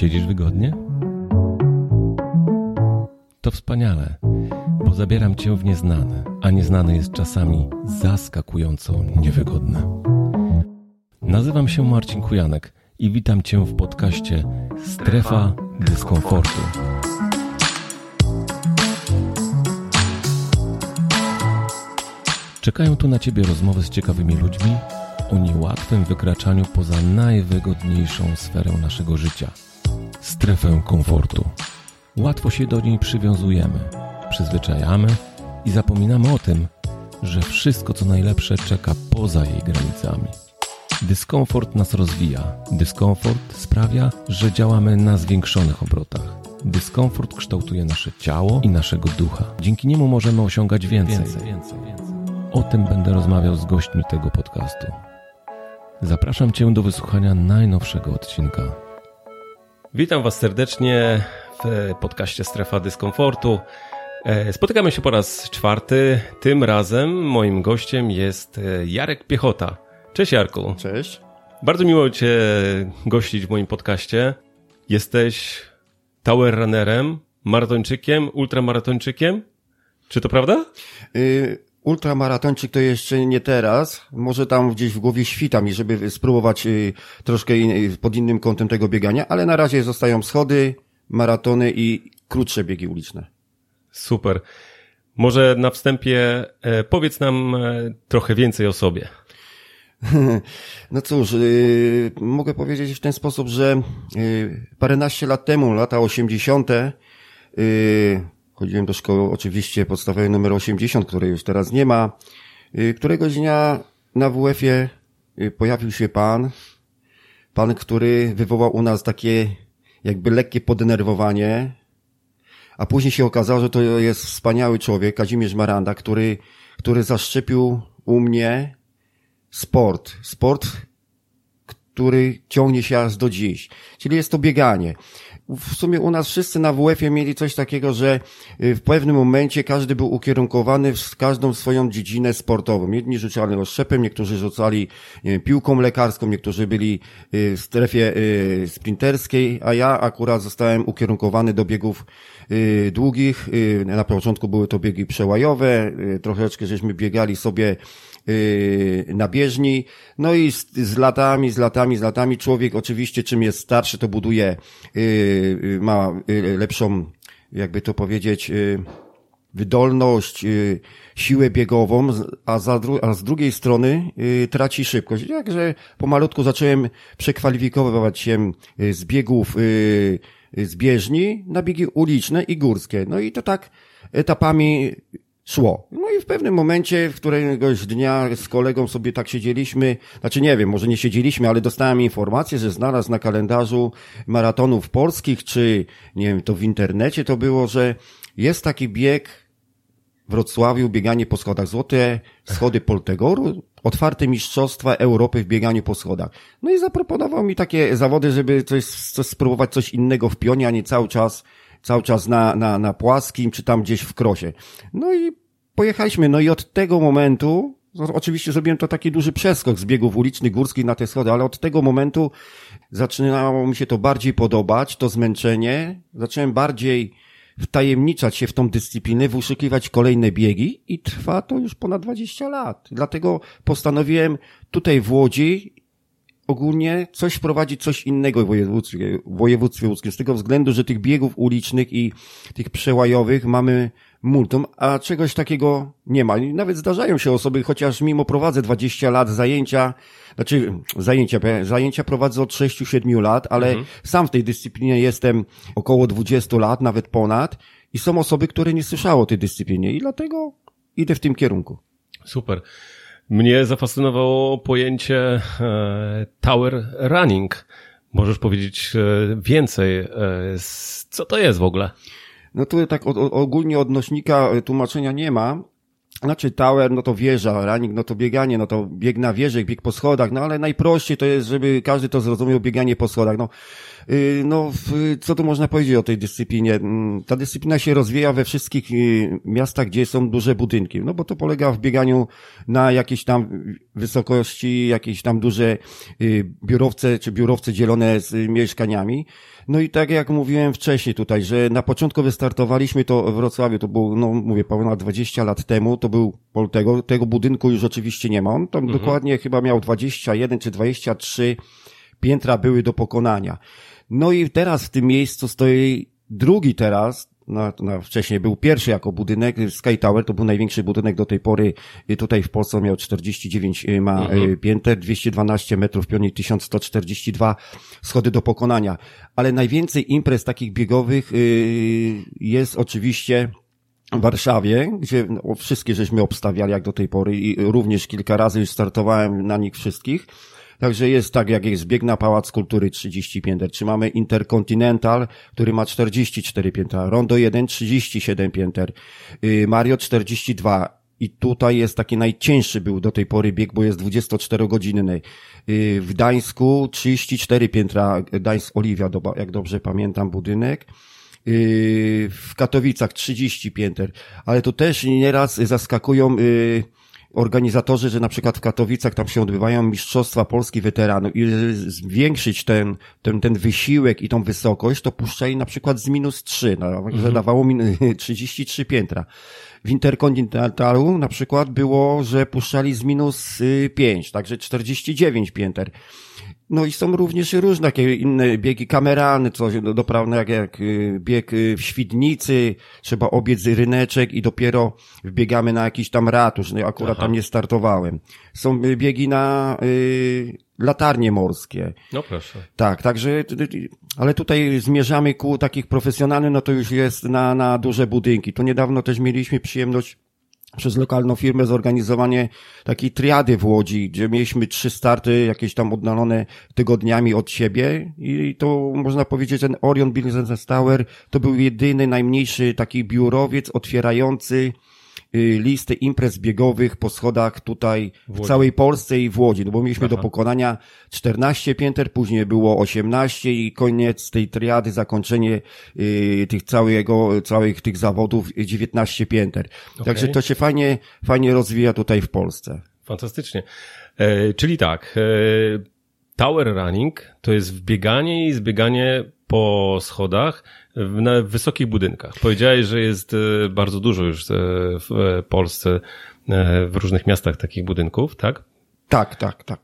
Siedzisz wygodnie? To wspaniale, bo zabieram Cię w nieznane, a nieznane jest czasami zaskakująco niewygodne. Nazywam się Marcin Kujanek i witam Cię w podcaście Strefa Dyskomfortu. Czekają tu na Ciebie rozmowy z ciekawymi ludźmi o niełatwym wykraczaniu poza najwygodniejszą sferę naszego życia – strefę komfortu. Łatwo się do niej przywiązujemy, przyzwyczajamy i zapominamy o tym, że wszystko co najlepsze czeka poza jej granicami. Dyskomfort nas rozwija. Dyskomfort sprawia, że działamy na zwiększonych obrotach. Dyskomfort kształtuje nasze ciało i naszego ducha. Dzięki niemu możemy osiągać więcej. O tym będę rozmawiał z gośćmi tego podcastu. Zapraszam Cię do wysłuchania najnowszego odcinka. Witam Was serdecznie w podcaście Strefa Dyskomfortu. Spotykamy się po raz czwarty. Tym razem moim gościem jest Jarek Piechota. Cześć Jarku. Cześć. Bardzo miło Cię gościć w moim podcaście. Jesteś tower runnerem, maratończykiem, ultramaratończykiem. Czy to prawda? Ultramaratończyk to jeszcze nie teraz. Może tam gdzieś w głowie świta mi, żeby spróbować troszkę pod innym kątem tego biegania, ale na razie zostają schody, maratony i krótsze biegi uliczne. Super. Może na wstępie powiedz nam trochę więcej o sobie. No cóż, mogę powiedzieć w ten sposób, że paręnaście lat temu, lata 80., chodziłem do szkoły oczywiście podstawowej numer 80, której już teraz nie ma. Któregoś dnia na WF-ie pojawił się pan, który wywołał u nas takie jakby lekkie podenerwowanie, a później się okazało, że to jest wspaniały człowiek, Kazimierz Maranda, który zaszczepił u mnie sport, który ciągnie się aż do dziś, czyli jest to bieganie. W sumie u nas wszyscy na WF-ie mieli coś takiego, że w pewnym momencie każdy był ukierunkowany w każdą swoją dziedzinę sportową. Jedni rzucali oszczepem, niektórzy rzucali piłką lekarską, niektórzy byli w strefie sprinterskiej, a ja akurat zostałem ukierunkowany do biegów długich. Na początku były to biegi przełajowe, troszeczkę żeśmy biegali sobie na bieżni, no i z latami człowiek oczywiście czym jest starszy, to buduje, ma lepszą, jakby to powiedzieć, wydolność, siłę biegową, a z drugiej strony traci szybkość. Także pomalutku zacząłem przekwalifikowywać się z biegów z bieżni na biegi uliczne i górskie. No i to tak etapami szło. No i w pewnym momencie, w któregoś dnia z kolegą sobie tak siedzieliśmy, znaczy nie wiem, może nie siedzieliśmy, ale dostałem informację, że znalazł na kalendarzu maratonów polskich, czy nie wiem, to w internecie to było, że jest taki bieg w Wrocławiu, bieganie po schodach, złote schody Poltegoru, otwarte mistrzostwa Europy w bieganiu po schodach. No i zaproponował mi takie zawody, żeby coś spróbować coś innego w pionie, a nie cały czas na płaskim, czy tam gdzieś w krosie. No i pojechaliśmy, no i od tego momentu, oczywiście zrobiłem to taki duży przeskok z biegów ulicznych, górskich na te schody, ale od tego momentu zaczynało mi się to bardziej podobać, to zmęczenie, zacząłem bardziej wtajemniczać się w tą dyscyplinę, wyszukiwać kolejne biegi i trwa to już ponad 20 lat. Dlatego postanowiłem tutaj w Łodzi ogólnie wprowadzić coś innego w województwie łódzkim, z tego względu, że tych biegów ulicznych i tych przełajowych mamy multum, a czegoś takiego nie ma. I nawet zdarzają się osoby, chociaż mimo prowadzę 20 lat zajęcia prowadzę od 6-7 lat, ale sam w tej dyscyplinie jestem około 20 lat, nawet ponad, i są osoby, które nie słyszały o tej dyscyplinie i dlatego idę w tym kierunku. Super. Mnie zafascynowało pojęcie tower running. Możesz powiedzieć więcej, co to jest w ogóle? No tu tak ogólnie odnośnika tłumaczenia nie ma. Znaczy tower, no to wieża, running, no to bieganie, no to bieg na wieży, bieg po schodach, no ale najprościej to jest, żeby każdy to zrozumiał, bieganie po schodach. No No, co tu można powiedzieć o tej dyscyplinie? Ta dyscyplina się rozwija we wszystkich miastach, gdzie są duże budynki, no bo to polega w bieganiu na jakiejś tam wysokości, jakieś tam duże biurowce dzielone z mieszkaniami. No i tak jak mówiłem wcześniej tutaj, że na początku wystartowaliśmy to w Wrocławiu, to było, no mówię, ponad 20 lat temu, to był tego budynku już oczywiście nie ma. On tam dokładnie chyba miał 21 czy 23 piętra były do pokonania. No i teraz w tym miejscu stoi drugi teraz, wcześniej był pierwszy jako budynek, Sky Tower, to był największy budynek do tej pory tutaj w Polsce, miał 49 pięter, 212 metrów, pionie 1142 schody do pokonania. Ale najwięcej imprez takich biegowych jest oczywiście w Warszawie, gdzie wszystkie żeśmy obstawiali jak do tej pory i również kilka razy już startowałem na nich wszystkich. Także jest tak, jak jest bieg na Pałac Kultury 30 pięter, czy mamy Intercontinental, który ma 44 piętra, Rondo 1 37 pięter, Mario 42 i tutaj jest taki najcięższy był do tej pory bieg, bo jest 24-godzinny. W Gdańsku 34 piętra, Gdańsk Oliwia, jak dobrze pamiętam budynek. W Katowicach 30 pięter, ale to też nieraz zaskakują organizatorzy, że na przykład w Katowicach tam się odbywają Mistrzostwa Polski Weteranów i zwiększyć ten wysiłek i tą wysokość, to puszczali na przykład z -3, że dawało 33 piętra. W Interkontynentalu na przykład było, że puszczali z -5, także 49 pięter. No i są również różne takie inne biegi kameralne, coś doprawne jak bieg w Świdnicy, trzeba obiec ryneczek i dopiero wbiegamy na jakiś tam ratusz, no akurat tam nie startowałem. Są biegi na latarnie morskie. No proszę. Tak, także, ale tutaj zmierzamy ku takich profesjonalnych, no to już jest na duże budynki. Tu niedawno też mieliśmy przyjemność przez lokalną firmę zorganizowanie takiej triady w Łodzi, gdzie mieliśmy 3 starty, jakieś tam oddalone tygodniami od siebie i to można powiedzieć, że ten Orion Business Tower to był jedyny, najmniejszy taki biurowiec otwierający listę imprez biegowych po schodach tutaj w całej Polsce i w Łodzi, no bo mieliśmy do pokonania 14 pięter, później było 18 i koniec tej triady, zakończenie tych całych tych zawodów 19 pięter. Okay. Także to się fajnie rozwija tutaj w Polsce. Fantastycznie. Czyli tak, tower running to jest wbieganie i zbieganie po schodach w wysokich budynkach. Powiedziałeś, że jest bardzo dużo już w Polsce, w różnych miastach takich budynków, tak? Tak.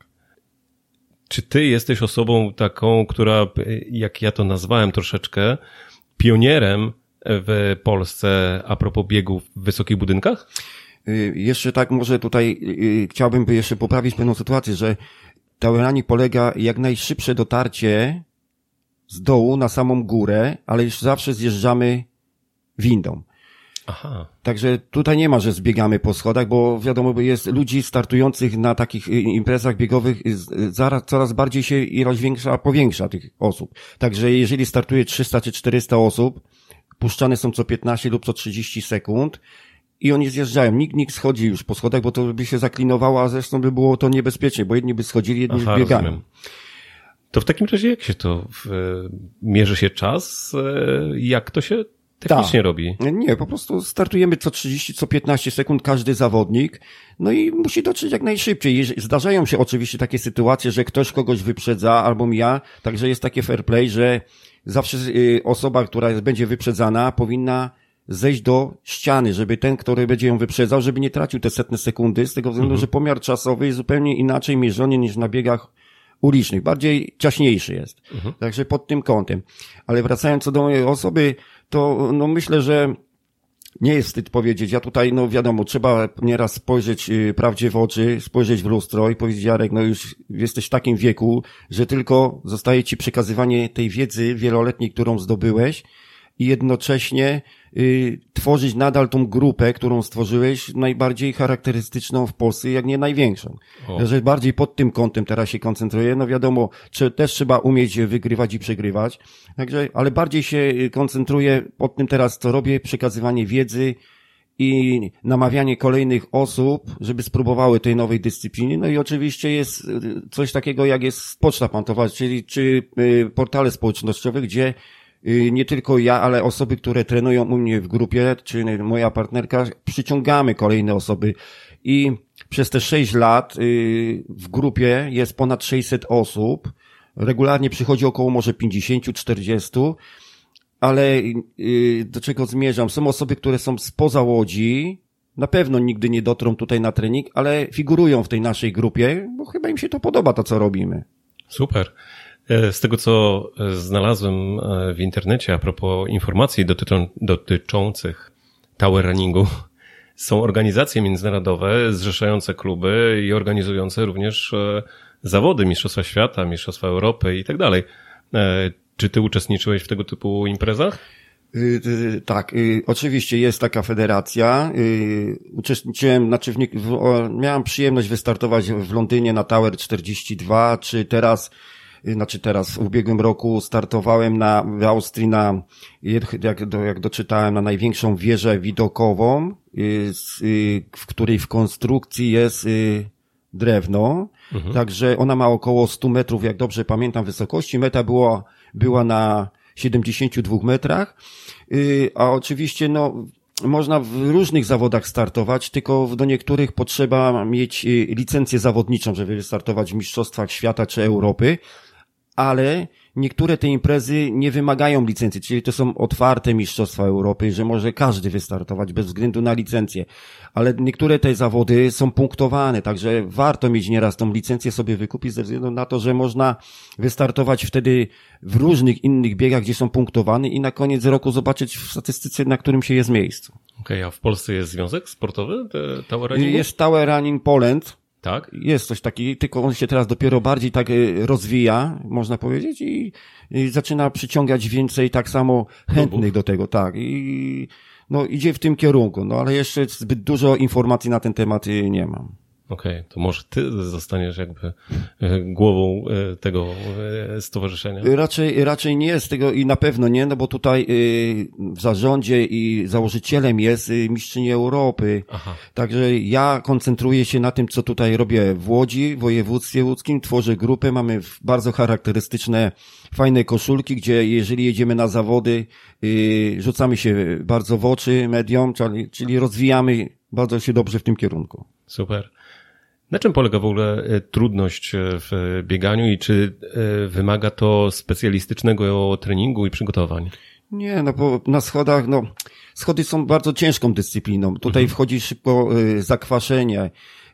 Czy ty jesteś osobą taką, która, jak ja to nazwałem troszeczkę, pionierem w Polsce a propos biegów w wysokich budynkach? Jeszcze tak może tutaj chciałbym jeszcze poprawić pewną sytuację, że tower running polega jak najszybsze dotarcie z dołu na samą górę, ale już zawsze zjeżdżamy windą. Aha. Także tutaj nie ma, że zbiegamy po schodach, bo wiadomo, jest ludzi startujących na takich imprezach biegowych, coraz bardziej się ilość powiększa tych osób. Także jeżeli startuje 300 czy 400 osób, puszczane są co 15 lub co 30 sekund i oni zjeżdżają. Nikt schodzi już po schodach, bo to by się zaklinowało, a zresztą by było to niebezpieczne, bo jedni by schodzili, jedni biegają. Rozumiem. To w takim razie jak się to mierzy się czas? Jak to się technicznie robi? Nie, po prostu startujemy co 30, co 15 sekund każdy zawodnik, no i musi dotrzeć jak najszybciej. Zdarzają się oczywiście takie sytuacje, że ktoś kogoś wyprzedza albo ja, także jest takie fair play, że zawsze osoba, która będzie wyprzedzana, powinna zejść do ściany, żeby ten, który będzie ją wyprzedzał, żeby nie tracił te setne sekundy, z tego względu, że pomiar czasowy jest zupełnie inaczej mierzony niż na biegach ulicznych, bardziej ciaśniejszy jest. Także pod tym kątem. Ale wracając co do mojej osoby, to no myślę, że nie jest wstyd powiedzieć. Ja tutaj, no wiadomo, trzeba nieraz spojrzeć prawdzie w oczy, spojrzeć w lustro i powiedzieć: Jarek, no już jesteś w takim wieku, że tylko zostaje ci przekazywanie tej wiedzy wieloletniej, którą zdobyłeś i jednocześnie tworzyć nadal tą grupę, którą stworzyłeś, najbardziej charakterystyczną w Polsce, jak nie największą. Że bardziej pod tym kątem teraz się koncentruję. No wiadomo, też trzeba umieć wygrywać i przegrywać. Także, ale bardziej się koncentruję pod tym teraz, co robię, przekazywanie wiedzy i namawianie kolejnych osób, żeby spróbowały tej nowej dyscypliny. No i oczywiście jest coś takiego, jak jest poczta pantowa, czyli czy portale społecznościowe, gdzie nie tylko ja, ale osoby, które trenują u mnie w grupie, czy moja partnerka, przyciągamy kolejne osoby i przez te 6 lat w grupie jest ponad 600 osób. Regularnie przychodzi około może 50-40, ale do czego zmierzam? Są osoby, które są spoza Łodzi, na pewno nigdy nie dotrą tutaj na trening, ale figurują w tej naszej grupie, bo chyba im się to podoba, to co robimy. Super. Z tego, co znalazłem w internecie a propos informacji dotyczących tower runningu, są organizacje międzynarodowe zrzeszające kluby i organizujące również zawody, Mistrzostwa Świata, Mistrzostwa Europy i tak dalej. Czy ty uczestniczyłeś w tego typu imprezach? Tak, oczywiście jest taka federacja. Uczestniczyłem, miałem przyjemność wystartować w Londynie na Tower 42, czy teraz w ubiegłym roku startowałem w Austrii jak doczytałem, na największą wieżę widokową, w której w konstrukcji jest drewno. Także ona ma około 100 metrów, jak dobrze pamiętam, wysokości. Meta była na 72 metrach, a oczywiście można w różnych zawodach startować, tylko do niektórych potrzeba mieć licencję zawodniczą, żeby wystartować w Mistrzostwach Świata czy Europy, ale niektóre te imprezy nie wymagają licencji, czyli to są otwarte Mistrzostwa Europy, że może każdy wystartować bez względu na licencję, ale niektóre te zawody są punktowane, także warto mieć nieraz tą licencję sobie wykupić ze względu na to, że można wystartować wtedy w różnych innych biegach, gdzie są punktowane i na koniec roku zobaczyć w statystyce, na którym się jest miejscu. Okej, a w Polsce jest związek sportowy Tower Runningu? Jest Tower Running Poland. Tak? Jest coś takiego, tylko on się teraz dopiero bardziej tak rozwija, można powiedzieć, i zaczyna przyciągać więcej tak samo chętnych do tego, tak. I idzie w tym kierunku, ale jeszcze zbyt dużo informacji na ten temat nie mam. Okej, to może ty zostaniesz jakby głową tego stowarzyszenia? Raczej nie z tego i na pewno nie, bo tutaj w zarządzie i założycielem jest mistrzyni Europy. Aha. Także ja koncentruję się na tym, co tutaj robię w Łodzi, w województwie łódzkim, tworzę grupę, mamy bardzo charakterystyczne, fajne koszulki, gdzie jeżeli jedziemy na zawody, rzucamy się bardzo w oczy mediom, czyli rozwijamy bardzo się dobrze w tym kierunku. Super. Na czym polega w ogóle trudność w bieganiu i czy wymaga to specjalistycznego treningu i przygotowań? Nie, bo na schodach, schody są bardzo ciężką dyscypliną. Tutaj wchodzi szybko zakwaszenie.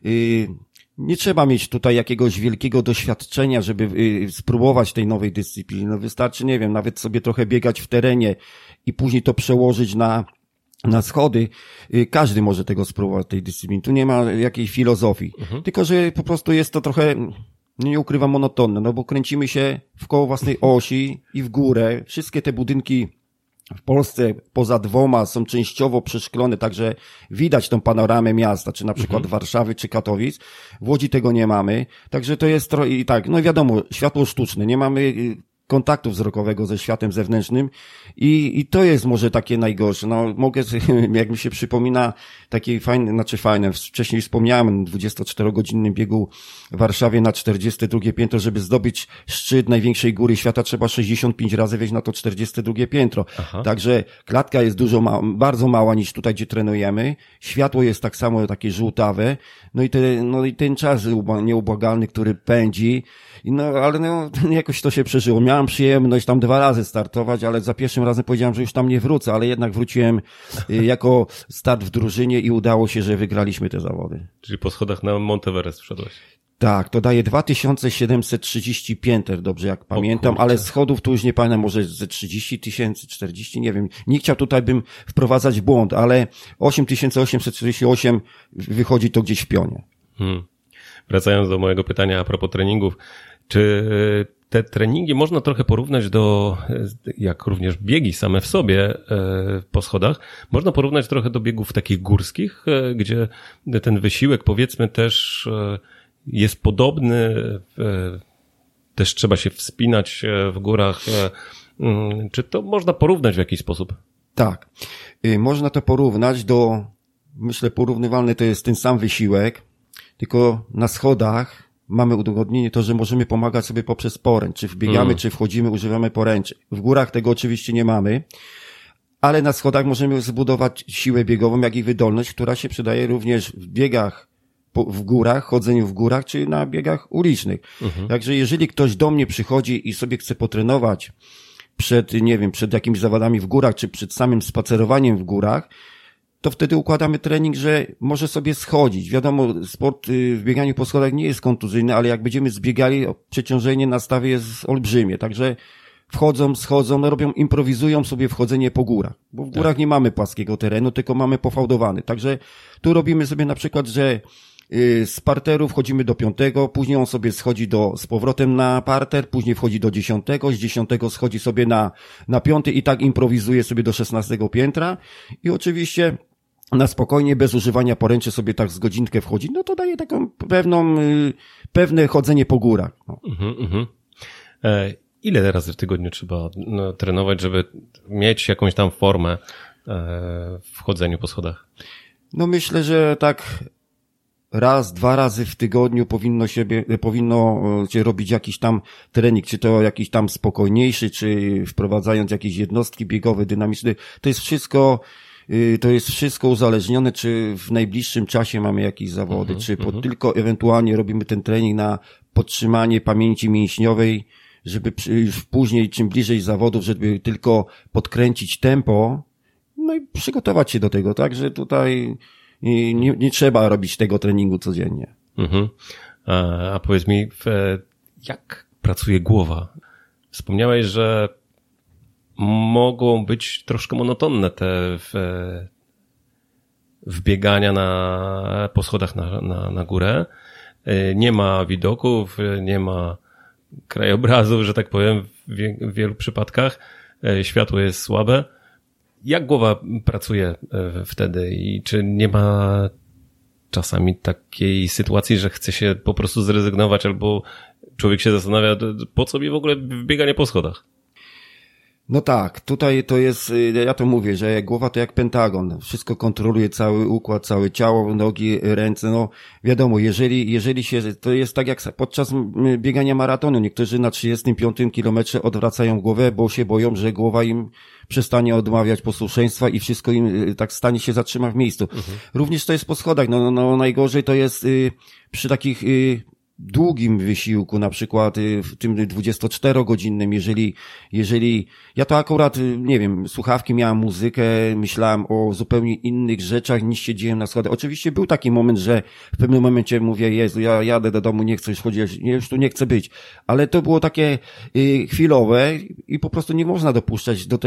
Nie trzeba mieć tutaj jakiegoś wielkiego doświadczenia, żeby spróbować tej nowej dyscypliny. Wystarczy, nie wiem, nawet sobie trochę biegać w terenie i później to przełożyć na schody. Każdy może tego spróbować, tej dyscypliny. Tu nie ma jakiejś filozofii. Tylko, że po prostu jest to trochę, nie ukrywam, monotonne, bo kręcimy się w koło własnej osi i w górę. Wszystkie te budynki w Polsce poza 2 są częściowo przeszklone, także widać tą panoramę miasta, czy na przykład Warszawy, czy Katowic. W Łodzi tego nie mamy. Także to jest trochę i tak, wiadomo, światło sztuczne. Nie mamy kontaktu wzrokowego ze światem zewnętrznym i to jest może takie najgorsze. Mogę, jak mi się przypomina, takie fajne, wcześniej wspomniałem, 24-godzinnym biegu w Warszawie na 42 piętro, żeby zdobyć szczyt największej góry świata, trzeba 65 razy wejść na to 42 piętro. Aha. Także klatka jest bardzo mała niż tutaj, gdzie trenujemy. Światło jest tak samo takie żółtawe. I ten czas nieubłagalny, który pędzi. Ale jakoś to się przeżyło. Miałem przyjemność tam 2 razy startować, ale za pierwszym razem powiedziałem, że już tam nie wrócę, ale jednak wróciłem jako start w drużynie i udało się, że wygraliśmy te zawody. Czyli po schodach na Mount Everest wszedłeś? Tak, to daje 2730 pięter, dobrze jak pamiętam, ale schodów tu już nie pamiętam, może ze 30 000, 40, nie wiem. Nie chciał tutaj bym wprowadzać w błąd, ale 8848 wychodzi to gdzieś w pionie. Wracając do mojego pytania a propos treningów, czy te treningi można trochę porównać jak również biegi same w sobie po schodach, można porównać trochę do biegów takich górskich, gdzie ten wysiłek, powiedzmy, też jest podobny, też trzeba się wspinać w górach. Czy to można porównać w jakiś sposób? Tak, można to porównać do myślę, porównywalny to jest ten sam wysiłek, tylko na schodach mamy udogodnienie to, że możemy pomagać sobie poprzez poręcz. Czy wbiegamy, czy wchodzimy, używamy poręczy. W górach tego oczywiście nie mamy, ale na schodach możemy zbudować siłę biegową, jak i wydolność, która się przydaje również w biegach w górach, chodzeniu w górach, czy na biegach ulicznych. Także jeżeli ktoś do mnie przychodzi i sobie chce potrenować przed jakimiś zawodami w górach, czy przed samym spacerowaniem w górach, to wtedy układamy trening, że może sobie schodzić. Wiadomo, sport w bieganiu po schodach nie jest kontuzyjny, ale jak będziemy zbiegali, przeciążenie na stawie jest olbrzymie. Także schodzą, improwizują sobie wchodzenie po górach. Bo w górach nie mamy płaskiego terenu, tylko mamy pofałdowany. Także tu robimy sobie na przykład, że z parteru wchodzimy do 5, później on sobie schodzi z powrotem na parter, później wchodzi do 10, z 10 schodzi sobie na 5 i tak improwizuje sobie do 16 piętra i oczywiście na spokojnie, bez używania poręczy sobie tak z godzinkę wchodzi, no to daje taką pewne chodzenie po górach. No. Ile razy w tygodniu trzeba trenować, żeby mieć jakąś tam formę w chodzeniu po schodach? No myślę, że tak 1-2 razy w tygodniu powinno się robić jakiś tam trening, czy to jakiś tam spokojniejszy, czy wprowadzając jakieś jednostki biegowe, dynamiczne. To jest wszystko uzależnione, czy w najbliższym czasie mamy jakieś zawody, czy tylko ewentualnie robimy ten trening na podtrzymanie pamięci mięśniowej, żeby już później, czym bliżej zawodów, żeby tylko podkręcić tempo, no i przygotować się do tego, tak, że tutaj nie trzeba robić tego treningu codziennie. A powiedz mi, jak pracuje głowa? Wspomniałeś, że mogą być troszkę monotonne te wbiegania po schodach na górę. Nie ma widoków, nie ma krajobrazów, że tak powiem, w wielu przypadkach. Światło jest słabe. Jak głowa pracuje wtedy i czy nie ma czasami takiej sytuacji, że chce się po prostu zrezygnować albo człowiek się zastanawia, po co mi w ogóle bieganie po schodach? No tak, tutaj to jest, ja to mówię, że głowa to jak pentagon, wszystko kontroluje, cały układ, całe ciało, nogi, ręce, no wiadomo, jeżeli się, to jest tak jak podczas biegania maratonu, niektórzy na 35 kilometrze odwracają głowę, bo się boją, że głowa im przestanie odmawiać posłuszeństwa i wszystko im tak stanie się zatrzyma w miejscu. Również to jest po schodach, no najgorzej to jest przy takich długim wysiłku, na przykład w tym 24-godzinnym, jeżeli ja to akurat, nie wiem, słuchawki miałem, muzykę, myślałem o zupełnie innych rzeczach niż siedziałem na schodach. Oczywiście był taki moment, że w pewnym momencie mówię, Jezu, ja jadę do domu, nie chcę już chodzić, już tu nie chcę być, ale to było takie chwilowe i po prostu nie można dopuszczać do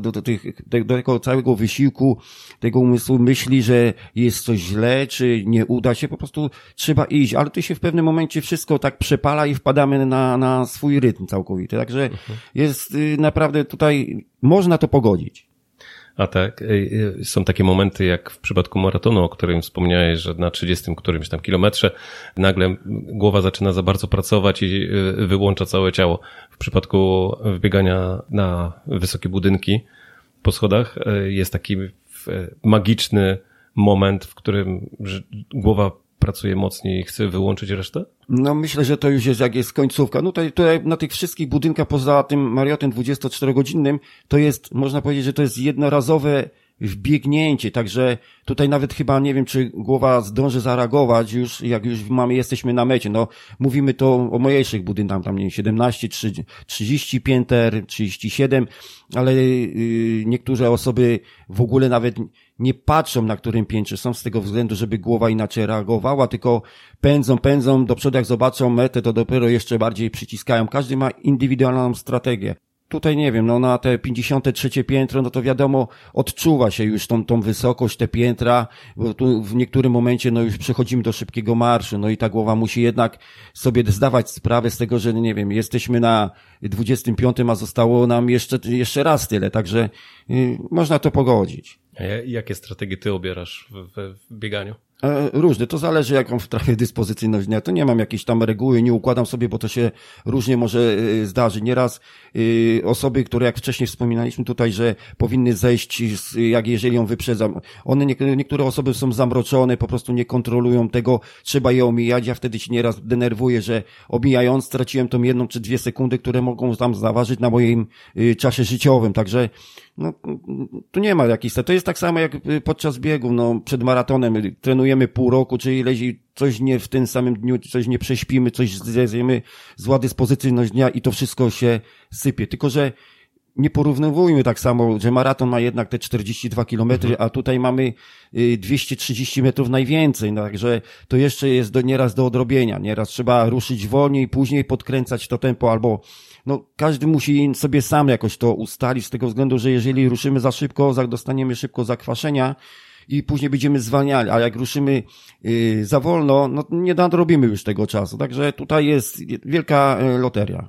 tego całego wysiłku, tego umysłu myśli, że jest coś źle, czy nie uda się, po prostu trzeba iść, ale to się w pewnym momencie wszystko tak przepala i wpadamy na swój rytm całkowity. Także jest naprawdę tutaj, można to pogodzić. A tak, są takie momenty jak w przypadku maratonu, o którym wspomniałeś, że na 30 którymś tam kilometrze nagle głowa zaczyna za bardzo pracować i wyłącza całe ciało. W przypadku wbiegania na wysokie budynki po schodach jest taki magiczny moment, w którym głowa pracuje mocniej i chce wyłączyć resztę? No myślę, że to już jest jak jest końcówka. No tutaj na tych wszystkich budynkach poza tym Mariotem 24-godzinnym to jest, można powiedzieć, że to jest jednorazowe wbiegnięcie, także tutaj nawet chyba nie wiem, czy głowa zdąży zareagować już, jak już jesteśmy na mecie. No mówimy to o mniejszych budynkach, tam nie wiem, 17, 30 pięter, 37, ale niektóre osoby w ogóle nawet nie patrzą, na którym piętrze są z tego względu, żeby głowa inaczej reagowała, tylko pędzą do przodu, jak zobaczą metę, to dopiero jeszcze bardziej przyciskają. Każdy ma indywidualną strategię. Tutaj nie wiem, no na te 53 piętro, no to wiadomo, odczuwa się już tą wysokość, te piętra, bo tu w niektórym momencie, no już przechodzimy do szybkiego marszu, no i ta głowa musi jednak sobie zdawać sprawę z tego, że nie wiem, jesteśmy na 25, a zostało nam jeszcze raz tyle, także można to pogodzić. A jakie strategie ty obierasz w bieganiu? Różne, to zależy jaką trafię dyspozycyjność dnia. To nie mam jakiejś tam reguły, nie układam sobie, bo to się różnie może zdarzyć. Nieraz osoby, które jak wcześniej wspominaliśmy tutaj, że powinny zejść, jak jeżeli ją wyprzedzam, niektóre osoby są zamroczone, po prostu nie kontrolują tego, trzeba je omijać. Ja wtedy się nieraz denerwuję, że omijając straciłem tą 1 czy 2 sekundy, które mogą tam zaważyć na moim czasie życiowym. Także no, tu nie ma jakichś, to jest tak samo jak podczas biegu, no, przed maratonem trenujemy pół roku, czy ileś coś nie w tym samym dniu, coś nie prześpimy, coś zjemy, zła dyspozycyjność dnia i to wszystko się sypie. Tylko, że nie porównywujmy tak samo, że maraton ma jednak te 42 kilometry, a tutaj mamy 230 metrów najwięcej, no, także to jeszcze jest nieraz do odrobienia. Nieraz trzeba ruszyć wolniej, później podkręcać to tempo, albo no każdy musi sobie sam jakoś to ustalić z tego względu, że jeżeli ruszymy za szybko, dostaniemy szybko zakwaszenia i później będziemy zwalniali, a jak ruszymy za wolno, no nie nadrobimy już tego czasu. Także tutaj jest wielka loteria.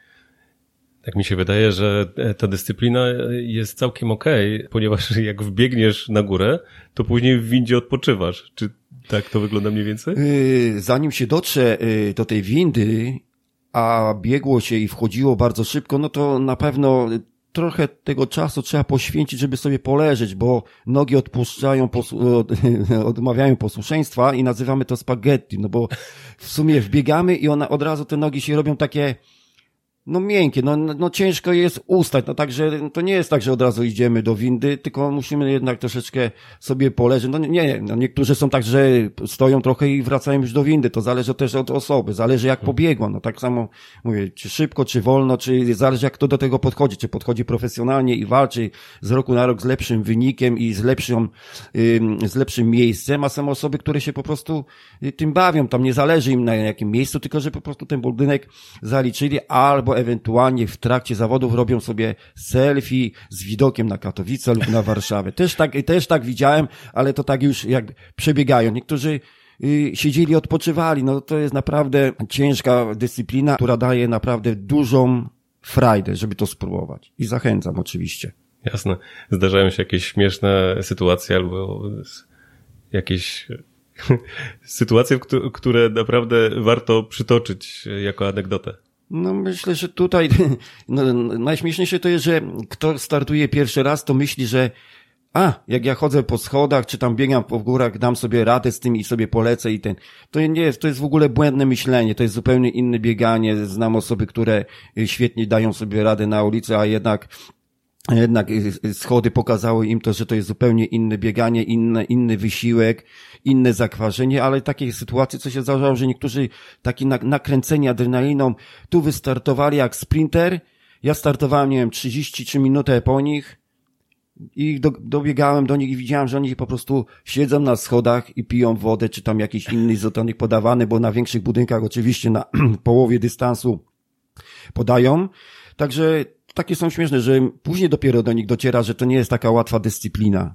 Tak mi się wydaje, że ta dyscyplina jest całkiem okej, ponieważ jak wbiegniesz na górę, to później w windzie odpoczywasz. Czy tak to wygląda mniej więcej? Zanim się dotrze do tej windy, a biegło się i wchodziło bardzo szybko, no to na pewno trochę tego czasu trzeba poświęcić, żeby sobie poleżeć, bo nogi odpuszczają, odmawiają posłuszeństwa i nazywamy to spaghetti, no bo w sumie wbiegamy i od razu te nogi się robią takie no miękkie, no ciężko jest ustać, no także to nie jest tak, że od razu idziemy do windy, tylko musimy jednak troszeczkę sobie poleżeć. No nie, no niektórzy są tak, że stoją trochę i wracają już do windy, to zależy też od osoby, zależy jak pobiegła, no tak samo mówię, czy szybko, czy wolno, czy zależy jak kto do tego podchodzi, czy podchodzi profesjonalnie i walczy z roku na rok z lepszym wynikiem i z lepszym miejscem, a są osoby, które się po prostu tym bawią, tam nie zależy im na jakim miejscu, tylko że po prostu ten budynek zaliczyli, albo ewentualnie w trakcie zawodów robią sobie selfie z widokiem na Katowice lub na Warszawę. Też tak widziałem, ale to tak już jak przebiegają. Niektórzy siedzieli, odpoczywali. No to jest naprawdę ciężka dyscyplina, która daje naprawdę dużą frajdę, żeby to spróbować. I zachęcam oczywiście. Jasne. Zdarzają się jakieś śmieszne sytuacje albo jakieś sytuacje, które naprawdę warto przytoczyć jako anegdotę. No myślę, że tutaj najśmieszniejsze to jest, że kto startuje pierwszy raz, to myśli, że jak ja chodzę po schodach, czy tam biegam po górach, dam sobie radę z tym i sobie polecę to nie jest, to jest w ogóle błędne myślenie, to jest zupełnie inne bieganie. Znam osoby, które świetnie dają sobie radę na ulicy, a jednak schody pokazały im to, że to jest zupełnie inne bieganie, inny wysiłek, inne zakwaszenie, ale takie sytuacje, co się zdarzało, że niektórzy taki nakręceni adrenaliną tu wystartowali jak sprinter. Ja startowałem, nie wiem, 33 minuty po nich i dobiegałem do nich i widziałem, że oni po prostu siedzą na schodach i piją wodę, czy tam jakiś inny izotonik podawany, bo na większych budynkach oczywiście na połowie dystansu podają. Także takie są śmieszne, że później dopiero do nich dociera, że to nie jest taka łatwa dyscyplina.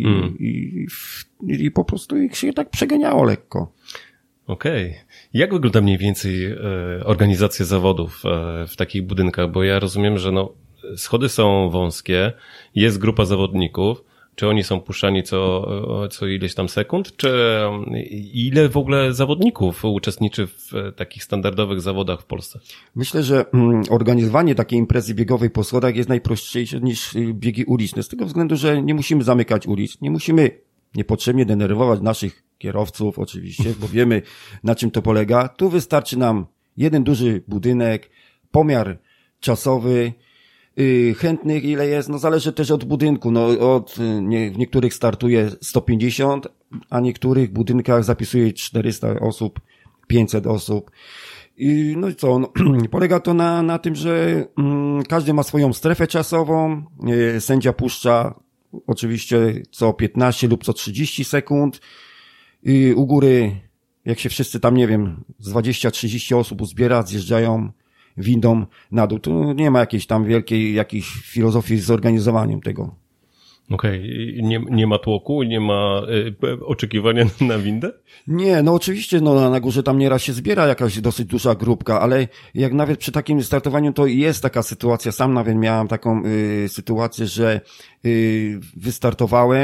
I po prostu ich się tak przeganiało lekko. Okej. Jak wygląda mniej więcej organizacja zawodów w takich budynkach? Bo ja rozumiem, że schody są wąskie, jest grupa zawodników. Czy oni są puszczani co ileś tam sekund? Czy ile w ogóle zawodników uczestniczy w takich standardowych zawodach w Polsce? Myślę, że organizowanie takiej imprezy biegowej po schodach jest najprościejsze niż biegi uliczne. Z tego względu, że nie musimy zamykać ulic, nie musimy niepotrzebnie denerwować naszych kierowców oczywiście, bo wiemy na czym to polega. Tu wystarczy nam jeden duży budynek, pomiar czasowy, chętnych ile jest, zależy też od budynku, w niektórych startuje 150, a w niektórych budynkach zapisuje 400 osób, 500 osób. No i co, polega to na tym, że każdy ma swoją strefę czasową, sędzia puszcza oczywiście co 15 lub co 30 sekund, u góry, jak się wszyscy tam, nie wiem, z 20-30 osób uzbiera, zjeżdżają windą na dół. Tu nie ma jakiejś tam wielkiej jakiejś filozofii z zorganizowaniem tego. Okej. Nie ma tłoku, nie ma oczekiwania na windę? Nie, oczywiście, na górze tam nieraz się zbiera jakaś dosyć duża grupka, ale jak nawet przy takim startowaniu to jest taka sytuacja, sam nawet miałem taką sytuację, że wystartowałem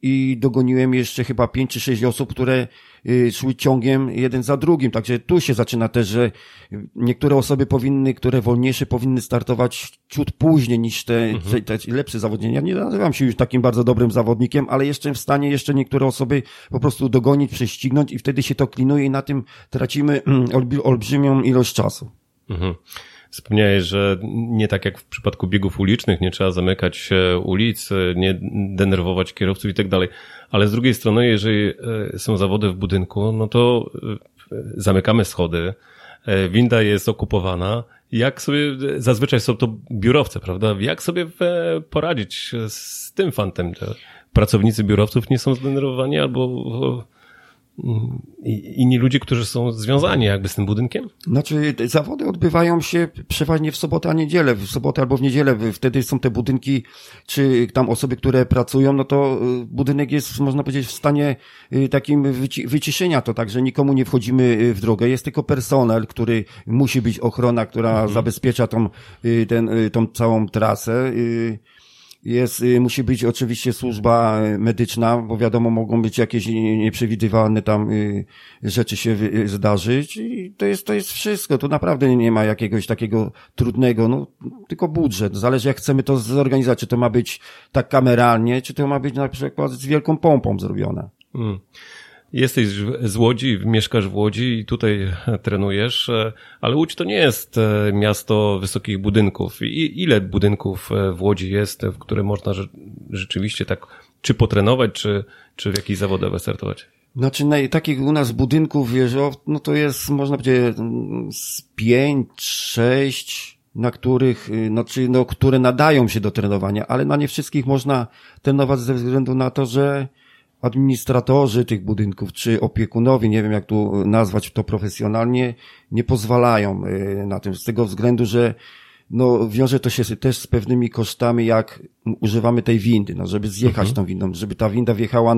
i dogoniłem jeszcze chyba 5 czy 6 osób, które szły ciągiem jeden za drugim. Także tu się zaczyna też, że niektóre osoby które wolniejsze powinny startować ciut później niż te lepsze zawodnicy. Ja nie nazywam się już takim bardzo dobrym zawodnikiem, ale jeszcze w stanie niektóre osoby po prostu dogonić, prześcignąć i wtedy się to klinuje i na tym tracimy olbrzymią ilość czasu. Mhm. Wspomniałeś, że nie tak jak w przypadku biegów ulicznych, nie trzeba zamykać ulic, nie denerwować kierowców i tak dalej. Ale z drugiej strony, jeżeli są zawody w budynku, no to zamykamy schody, winda jest okupowana. Jak sobie, zazwyczaj są to biurowce, prawda? Jak sobie poradzić z tym fantem? Pracownicy biurowców nie są zdenerwowani albo inni ludzie, którzy są związani jakby z tym budynkiem? Znaczy, zawody odbywają się przeważnie w sobotę, a niedzielę, w sobotę albo w niedzielę. Wtedy są te budynki, czy tam osoby, które pracują, no to budynek jest, można powiedzieć, w stanie takim wyciszenia to, także nikomu nie wchodzimy w drogę. Jest tylko personel, który musi być ochrona, która zabezpiecza tą całą trasę. Musi być oczywiście służba medyczna, bo wiadomo, mogą być jakieś nieprzewidywalne tam rzeczy się zdarzyć i to jest wszystko. Tu naprawdę nie ma jakiegoś takiego trudnego, no tylko budżet. Zależy jak chcemy to zorganizować, czy to ma być tak kameralnie, czy to ma być na przykład z wielką pompą zrobione. Jesteś z Łodzi, mieszkasz w Łodzi i tutaj trenujesz, ale Łódź to nie jest miasto wysokich budynków. Ile budynków w Łodzi jest, w które można rzeczywiście tak czy potrenować, czy w jakichś zawodach wystartować? Znaczy, takich u nas budynków wieżowych, no to jest, można powiedzieć, z 5, 6, na których, które nadają się do trenowania, ale na nie wszystkich można trenować ze względu na to, że administratorzy tych budynków, czy opiekunowie, nie wiem jak tu nazwać to profesjonalnie, nie pozwalają na tym, z tego względu, że wiąże to się też z pewnymi kosztami, jak używamy tej windy, żeby zjechać tą windą, żeby ta winda wjechała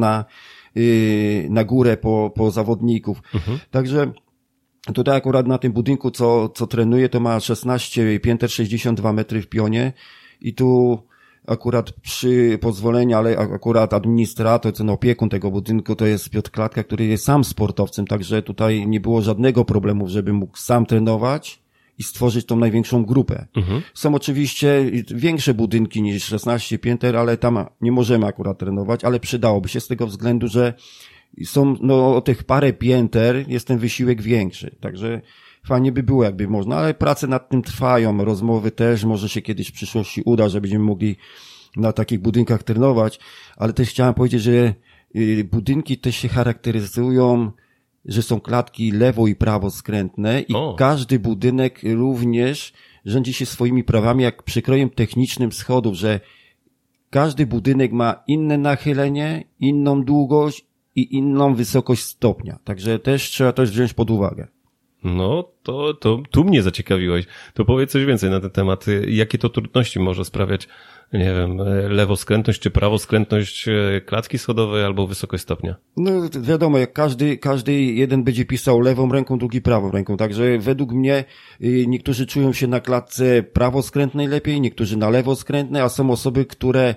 na górę po zawodników. Także tutaj akurat na tym budynku, co trenuję, to ma 16 pięter, 62 metry w pionie i tu akurat przy pozwoleniu, ale akurat administrator, ten opiekun tego budynku to jest Piotr Klatka, który jest sam sportowcem, także tutaj nie było żadnego problemu, żeby mógł sam trenować i stworzyć tą największą grupę. Są oczywiście większe budynki niż 16 pięter, ale tam nie możemy akurat trenować, ale przydałoby się z tego względu, że są o tych parę pięter jest ten wysiłek większy, także fajnie by było jakby można, ale prace nad tym trwają, rozmowy też, może się kiedyś w przyszłości uda, że będziemy mogli na takich budynkach trenować, ale też chciałem powiedzieć, że budynki też się charakteryzują, że są klatki lewo i prawo skrętne i każdy budynek również rządzi się swoimi prawami jak przykrojem technicznym schodów, że każdy budynek ma inne nachylenie, inną długość i inną wysokość stopnia, także też trzeba to wziąć pod uwagę. No, to tu mnie zaciekawiłeś. To powiedz coś więcej na ten temat. Jakie to trudności może sprawiać, nie wiem, lewoskrętność czy prawoskrętność klatki schodowej albo wysokość stopnia? No wiadomo, jak każdy jeden będzie pisał lewą ręką, drugi prawą ręką. Także według mnie niektórzy czują się na klatce prawoskrętnej lepiej, niektórzy na lewoskrętnej, a są osoby, które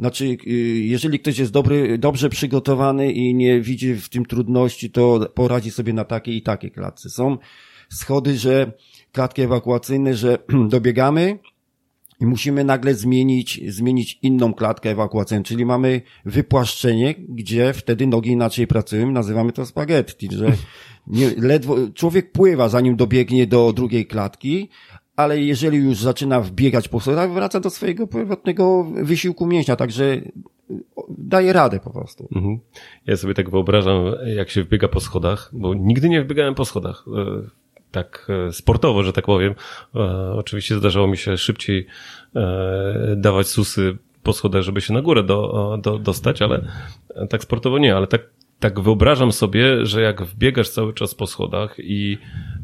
jeżeli ktoś jest dobrze przygotowany i nie widzi w tym trudności, to poradzi sobie na takiej i takiej klatce. Są schody, że klatki ewakuacyjne, że dobiegamy i musimy nagle zmienić inną klatkę ewakuacyjną, czyli mamy wypłaszczenie, gdzie wtedy nogi inaczej pracują, nazywamy to spaghetti, że ledwo człowiek pływa, zanim dobiegnie do drugiej klatki, ale jeżeli już zaczyna wbiegać po schodach, wraca do swojego pierwotnego wysiłku mięśnia, także daje radę po prostu. Ja sobie tak wyobrażam, jak się wbiega po schodach, bo nigdy nie wbiegałem po schodach, tak sportowo, że tak powiem. Oczywiście zdarzało mi się szybciej dawać susy po schodach, żeby się na górę dostać, ale tak sportowo nie, ale tak wyobrażam sobie, że jak wbiegasz cały czas po schodach i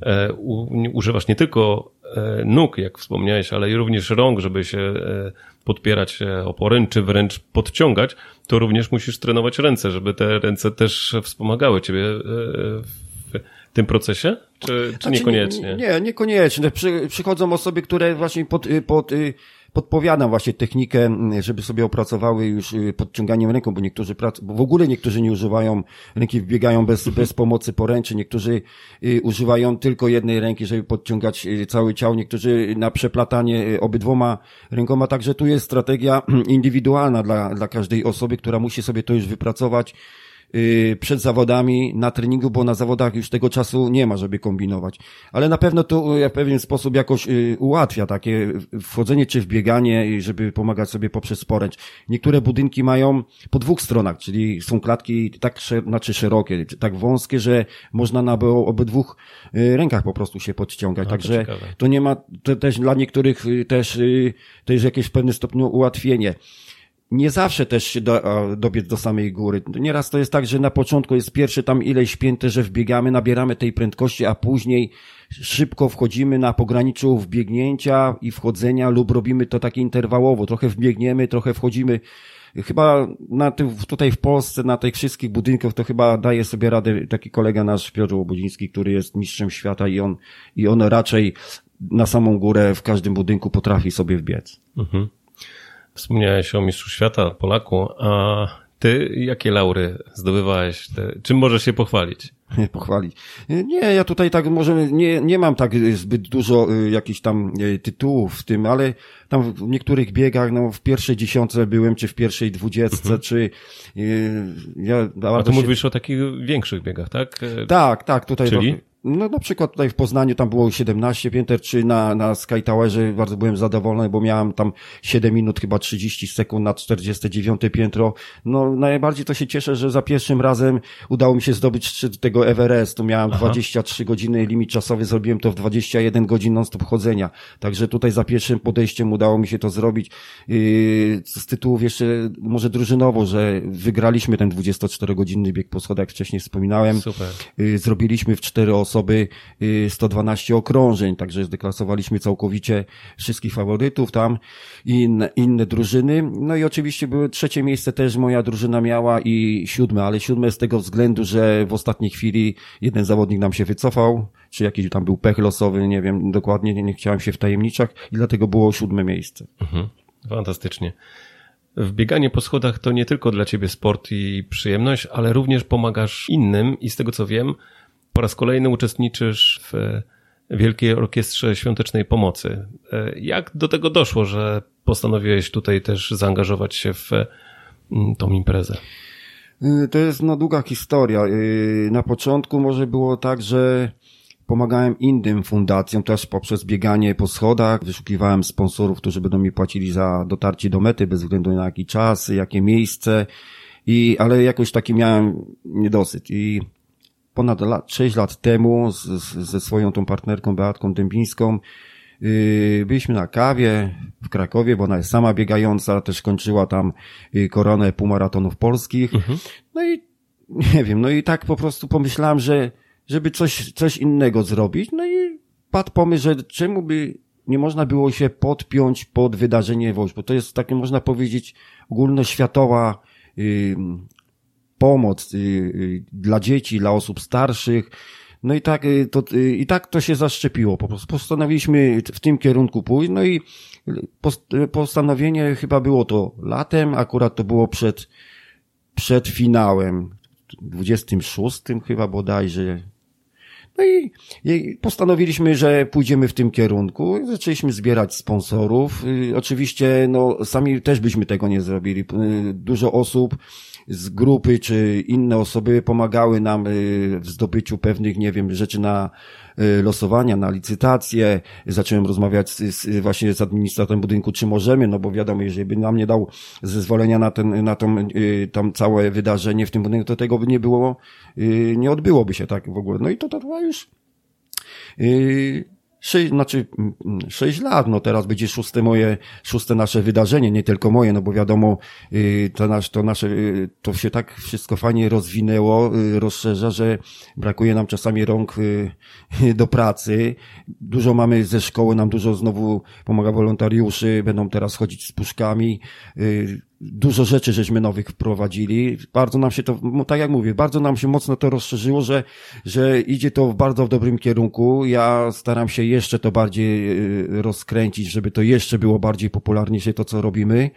używasz nie tylko nóg, jak wspomniałeś, ale i również rąk, żeby się podpierać oporem, czy wręcz podciągać, to również musisz trenować ręce, żeby te ręce też wspomagały ciebie w tym procesie? Czy niekoniecznie? Nie, niekoniecznie. Przychodzą osoby, które właśnie pod podpowiadam właśnie technikę, żeby sobie opracowały już podciąganiem ręką, bo bo w ogóle niektórzy nie używają ręki, biegają bez pomocy poręczy, niektórzy używają tylko jednej ręki, żeby podciągać cały ciało, niektórzy na przeplatanie obydwoma rękoma, także tu jest strategia indywidualna dla każdej osoby, która musi sobie to już wypracować przed zawodami na treningu, bo na zawodach już tego czasu nie ma, żeby kombinować. Ale na pewno to w pewien sposób jakoś ułatwia takie wchodzenie czy w bieganie, żeby pomagać sobie poprzez poręcz. Niektóre budynki mają po dwóch stronach, czyli są klatki tak szerokie, tak wąskie, że można na obydwu rękach po prostu się podciągać. No, także to nie ma, to też dla niektórych też to jest jakieś w pewnym stopniu ułatwienie. Nie zawsze też się dobiec do samej góry. Nieraz to jest tak, że na początku jest pierwsze tam ileś pięter, że wbiegamy, nabieramy tej prędkości, a później szybko wchodzimy na pograniczu wbiegnięcia i wchodzenia lub robimy to tak interwałowo. Trochę wbiegniemy, trochę wchodzimy. Chyba tutaj w Polsce, na tych wszystkich budynkach, to chyba daje sobie radę taki kolega nasz, Piotr Łobodziński, który jest mistrzem świata i on raczej na samą górę w każdym budynku potrafi sobie wbiec. Mhm. Wspomniałeś o mistrzu świata, Polaku, a ty jakie laury zdobywałeś? Czym możesz się pochwalić? Pochwalić. Nie, ja tutaj tak może nie mam tak zbyt dużo jakichś tam tytułów w tym, ale tam w niektórych biegach, no w pierwszej 10 byłem, czy w pierwszej 20, czy A to mówisz o takich większych biegach, tak? Tak, tutaj. Czyli? No na przykład tutaj w Poznaniu tam było 17 pięter, czy na Sky Towerze bardzo byłem zadowolony, bo miałem tam 7 minut chyba 30 sekund na 49 piętro. No najbardziej to się cieszę, że za pierwszym razem udało mi się zdobyć szczyt tego Everestu. Miałem 23 godziny limit czasowy, zrobiłem to w 21 godzin non-stop chodzenia. Także tutaj za pierwszym podejściem udało mi się to zrobić. Z tytułów jeszcze może drużynowo, że wygraliśmy ten 24-godzinny bieg po schodach, jak wcześniej wspominałem. Super. Zrobiliśmy w 4 osoby 112 okrążeń, także zdeklasowaliśmy całkowicie wszystkich faworytów tam i inne drużyny. No i oczywiście były trzecie miejsce też moja drużyna miała i 7, ale 7 z tego względu, że w ostatniej chwili jeden zawodnik nam się wycofał, czy jakiś tam był pech losowy, nie wiem dokładnie, nie chciałem się wtajemniczać i dlatego było 7 miejsce. Fantastycznie. Wbieganie po schodach to nie tylko dla ciebie sport i przyjemność, ale również pomagasz innym i z tego co wiem, po raz kolejny uczestniczysz w Wielkiej Orkiestrze Świątecznej Pomocy. Jak do tego doszło, że postanowiłeś tutaj też zaangażować się w tą imprezę? To jest długa historia. Na początku może było tak, że pomagałem innym fundacjom też poprzez bieganie po schodach. Wyszukiwałem sponsorów, którzy będą mi płacili za dotarcie do mety bez względu na jaki czas, jakie miejsce. Ale jakoś taki miałem niedosyt. I ponad 6 lat temu ze swoją tą partnerką Beatką Dębińską byliśmy na kawie w Krakowie, bo ona jest sama biegająca, też kończyła tam koronę półmaratonów polskich. No i nie wiem, no i tak po prostu pomyślałem, żeby coś innego zrobić. No i padł pomysł, że czemu by nie można było się podpiąć pod wydarzenie WOŚP, bo to jest takie, można powiedzieć, ogólnoświatowa pomoc dla dzieci, dla osób starszych. No i tak to się zaszczepiło. Po prostu postanowiliśmy w tym kierunku pójść. No i postanowienie chyba było to latem, akurat to było przed finałem, 26 chyba bodajże. No i postanowiliśmy, że pójdziemy w tym kierunku. Zaczęliśmy zbierać sponsorów. Oczywiście, sami też byśmy tego nie zrobili. Dużo osób z grupy czy inne osoby pomagały nam w zdobyciu pewnych, nie wiem, rzeczy na losowania, na licytacje. Zacząłem rozmawiać właśnie z administratorem budynku, czy możemy, no bo wiadomo, jeżeli by nam nie dał zezwolenia na tam całe wydarzenie w tym budynku, to tego by nie było, nie odbyłoby się tak w ogóle. No i to trwa już 6 lat, teraz będzie szóste nasze wydarzenie, nie tylko moje, bo wiadomo, to się tak wszystko fajnie rozwinęło, rozszerza, że brakuje nam czasami rąk do pracy. Dużo mamy ze szkoły, nam dużo znowu pomaga wolontariuszy, będą teraz chodzić z puszkami. dużo rzeczy żeśmy nowych wprowadzili. Bardzo nam się to, tak jak mówię, bardzo nam się mocno to rozszerzyło, że idzie to bardzo w dobrym kierunku. Ja staram się jeszcze to bardziej rozkręcić, żeby to jeszcze było bardziej popularniejsze to, co robimy.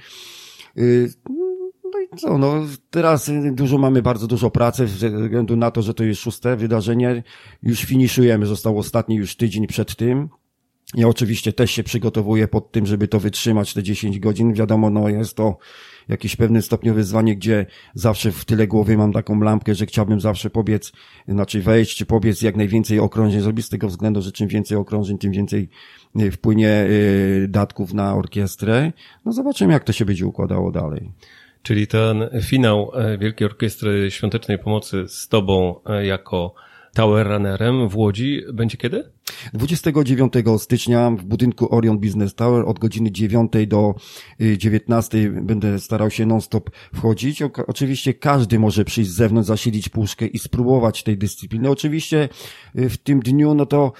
No i co, no teraz mamy bardzo dużo pracy ze względu na to, że to jest 6. wydarzenie. Już finiszujemy, został ostatni już tydzień przed tym. Ja oczywiście też się przygotowuję pod tym, żeby to wytrzymać te 10 godzin. Wiadomo, no jest to jakieś pewne stopniowe wyzwanie, gdzie zawsze w tyle głowy mam taką lampkę, że chciałbym zawsze wejść czy pobiec jak najwięcej okrążeń zrobić z tego względu, że czym więcej okrążeń, tym więcej wpłynie datków na orkiestrę. No zobaczymy, jak to się będzie układało dalej. Czyli ten finał Wielkiej Orkiestry Świątecznej Pomocy z tobą jako Tower Runnerem w Łodzi będzie kiedy? 29 stycznia w budynku Orion Business Tower od godziny 9 do 19 będę starał się non-stop wchodzić. Oczywiście każdy może przyjść z zewnątrz, zasilić puszkę i spróbować tej dyscypliny. Oczywiście w tym dniu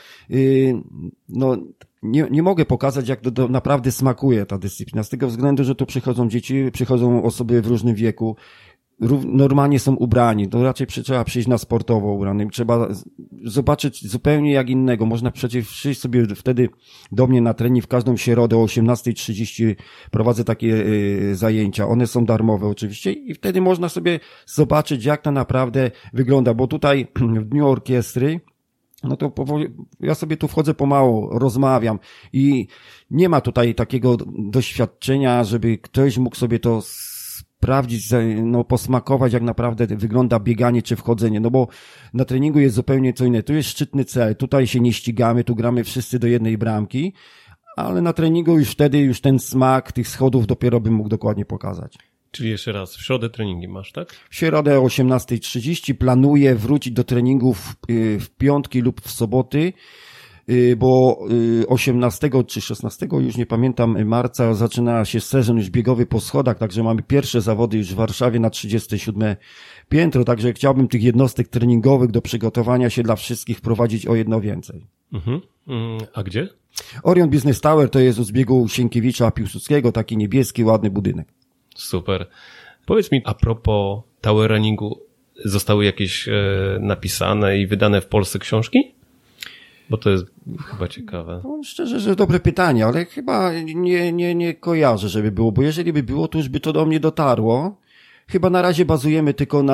nie mogę pokazać, jak to naprawdę smakuje ta dyscyplina. Z tego względu, że tu przychodzą dzieci, przychodzą osoby w różnym wieku. Normalnie są ubrani, to raczej trzeba przyjść na sportowo ubranym, trzeba zobaczyć zupełnie jak innego. Można przecież przyjść sobie wtedy do mnie na trening w każdą środę o 18:30 prowadzę takie zajęcia. One są darmowe oczywiście i wtedy można sobie zobaczyć, jak to naprawdę wygląda, bo tutaj w dniu orkiestry no to ja sobie tu wchodzę pomału, rozmawiam i nie ma tutaj takiego doświadczenia, żeby ktoś mógł sobie to sprawdzić, posmakować, jak naprawdę wygląda bieganie czy wchodzenie, no bo na treningu jest zupełnie co innego. Tu jest szczytny cel, tutaj się nie ścigamy, tu gramy wszyscy do jednej bramki, ale na treningu już ten smak tych schodów dopiero bym mógł dokładnie pokazać. Czyli jeszcze raz, w środę treningi masz, tak? W środę o 18:30 planuję wrócić do treningów w piątki lub w soboty, bo 18 czy 16, już nie pamiętam, marca zaczyna się sezon już biegowy po schodach, także mamy pierwsze zawody już w Warszawie na 37 piętro, także chciałbym tych jednostek treningowych do przygotowania się dla wszystkich wprowadzić o jedno więcej. A gdzie? Orion Business Tower to jest u zbiegu Sienkiewicza Piłsudskiego, taki niebieski, ładny budynek. Super. Powiedz mi, a propos tower runningu, zostały jakieś napisane i wydane w Polsce książki? Bo to jest chyba ciekawe. No, szczerze, że dobre pytanie, ale chyba nie kojarzę, żeby było, bo jeżeli by było, to już by to do mnie dotarło. Chyba na razie bazujemy tylko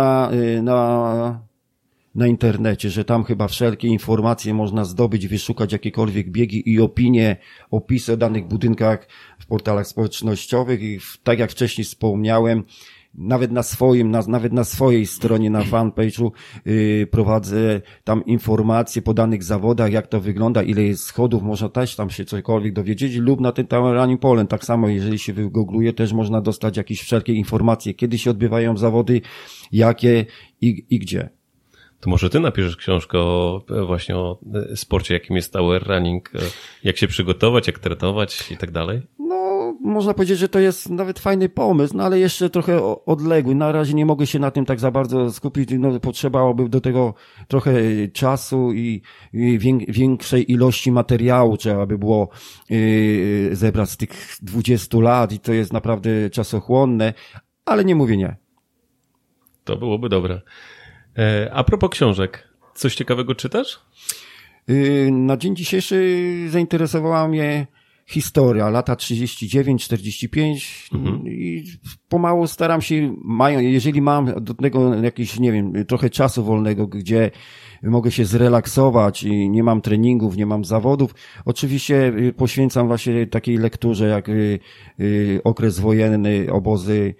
na internecie, że tam chyba wszelkie informacje można zdobyć, wyszukać jakiekolwiek biegi i opinie, opisy o danych budynkach w portalach społecznościowych i tak jak wcześniej wspomniałem, nawet na swojej stronie, na fanpage'u prowadzę tam informacje po danych zawodach, jak to wygląda, ile jest schodów, można też tam się cokolwiek dowiedzieć lub na ten Tower Running Poland. Tak samo, jeżeli się wygoogluje, też można dostać jakieś wszelkie informacje, kiedy się odbywają zawody, jakie i gdzie. To może ty napiszesz książkę właśnie o sporcie, jakim jest Tower Running, jak się przygotować, jak trenować i tak dalej? No, można powiedzieć, że to jest nawet fajny pomysł, no ale jeszcze trochę odległy. Na razie nie mogę się na tym tak za bardzo skupić, no potrzebowałoby do tego trochę czasu i większej ilości materiału trzeba by było zebrać z tych 20 lat i to jest naprawdę czasochłonne, ale nie mówię nie. To byłoby dobre. A propos książek, coś ciekawego czytasz? Na dzień dzisiejszy zainteresowała mnie historia, lata 39-45 i pomału staram się, jeżeli mam do tego jakiś, nie wiem, trochę czasu wolnego, gdzie mogę się zrelaksować i nie mam treningów, nie mam zawodów, oczywiście poświęcam właśnie takiej lekturze jak okres wojenny, obozy,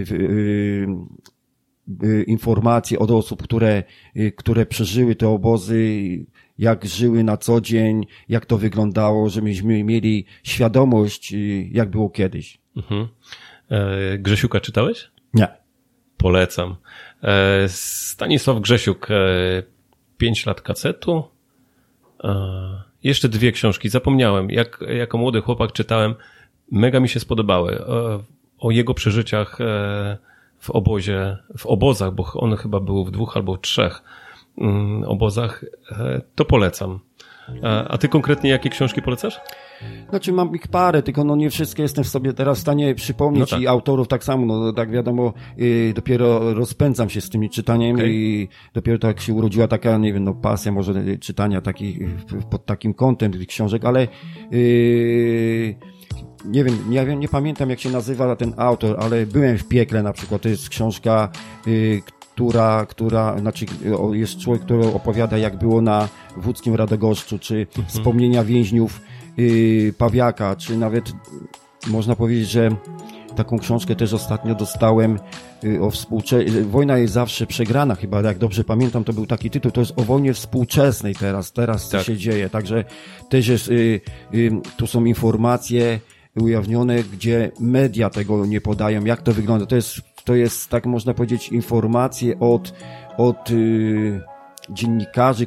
informacje od osób, które przeżyły te obozy, jak żyły na co dzień, jak to wyglądało, żebyśmy mieli świadomość, jak było kiedyś. Grzesiuka czytałeś? Nie. Polecam. Stanisław Grzesiuk, 5 lat kacetu. Jeszcze 2 książki, zapomniałem. Jako młody chłopak czytałem, mega mi się spodobały. O jego przeżyciach w obozach, bo on chyba był w 2 albo 3 obozach, to polecam. A ty konkretnie jakie książki polecasz? Znaczy mam ich parę, tylko no nie wszystkie jestem sobie teraz w stanie przypomnieć, no tak. I autorów tak samo, no tak wiadomo, dopiero rozpędzam się z tymi czytaniem i dopiero tak się urodziła taka, nie wiem, no pasja może czytania takich, pod takim kątem tych książek, ale nie pamiętam jak się nazywa ten autor, ale Byłem w piekle na przykład, to jest książka, znaczy jest człowiek, który opowiada jak było na Łódzkim Radogoszczu, czy wspomnienia więźniów Pawiaka, czy nawet można powiedzieć, że taką książkę też ostatnio dostałem o Wojna jest zawsze przegrana chyba, jak dobrze pamiętam, to był taki tytuł, to jest o wojnie współczesnej teraz co się dzieje, także też jest, tu są informacje ujawnione, gdzie media tego nie podają, jak to wygląda, to jest tak można powiedzieć informacje od dziennikarzy,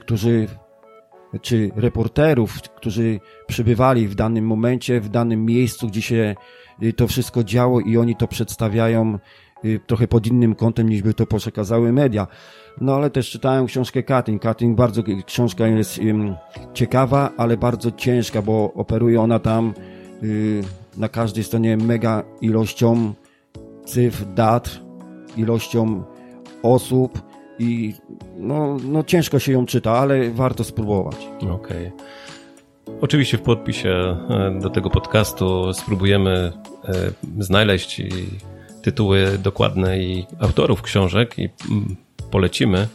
czy reporterów, którzy przybywali w danym momencie, w danym miejscu, gdzie się to wszystko działo i oni to przedstawiają trochę pod innym kątem, niż by to przekazały media. No ale też czytałem książkę Katyn. Bardzo książka jest ciekawa, ale bardzo ciężka, bo operuje ona tam na każdej stronie mega ilością cyfr, dat, ilością osób i no ciężko się ją czyta, ale warto spróbować. Okej. Oczywiście w podpisie do tego podcastu spróbujemy znaleźć tytuły dokładne i autorów książek i polecimy.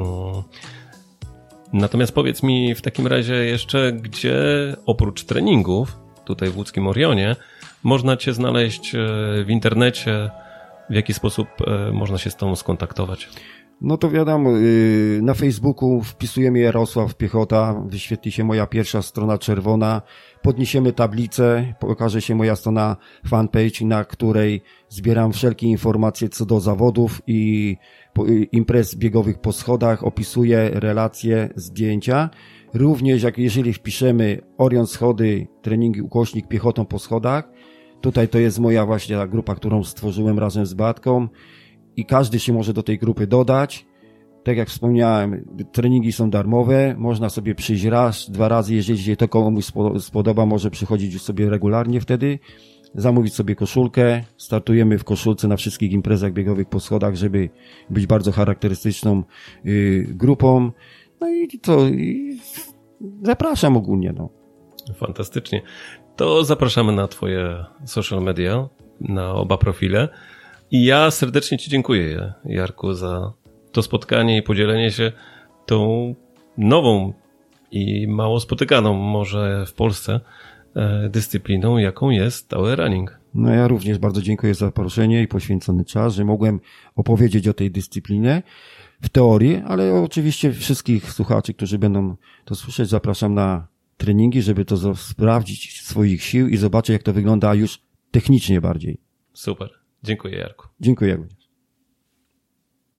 Natomiast powiedz mi w takim razie jeszcze, gdzie oprócz treningów tutaj w łódzkim Orionie można Cię znaleźć w internecie, w jaki sposób można się z Tobą skontaktować? No to wiadomo, na Facebooku wpisujemy Jarosław Piechota, wyświetli się moja pierwsza strona czerwona, podniesiemy tablicę, pokaże się moja strona fanpage, na której zbieram wszelkie informacje co do zawodów i imprez biegowych po schodach, opisuję relacje, zdjęcia. Również jeżeli wpiszemy Orion Schody, treningi ukośnik piechotą po schodach, tutaj to jest moja właśnie ta grupa, którą stworzyłem razem z Beatką, i każdy się może do tej grupy dodać. Tak jak wspomniałem, treningi są darmowe, można sobie przyjść raz, 2 razy, jeżeli się to komuś spodoba, może przychodzić już sobie regularnie wtedy, zamówić sobie koszulkę, startujemy w koszulce na wszystkich imprezach biegowych po schodach, żeby być bardzo charakterystyczną grupą. No i to zapraszam ogólnie. No. Fantastycznie. To zapraszamy na Twoje social media, na oba profile. I ja serdecznie Ci dziękuję, Jarku, za to spotkanie i podzielenie się tą nową i mało spotykaną może w Polsce dyscypliną, jaką jest tower running. No ja również bardzo dziękuję za zaproszenie i poświęcony czas, że mogłem opowiedzieć o tej dyscyplinie w teorii, ale oczywiście wszystkich słuchaczy, którzy będą to słyszeć, zapraszam na treningi, żeby to sprawdzić swoich sił i zobaczyć, jak to wygląda już technicznie bardziej. Super. Dziękuję, Jarku. Dziękuję.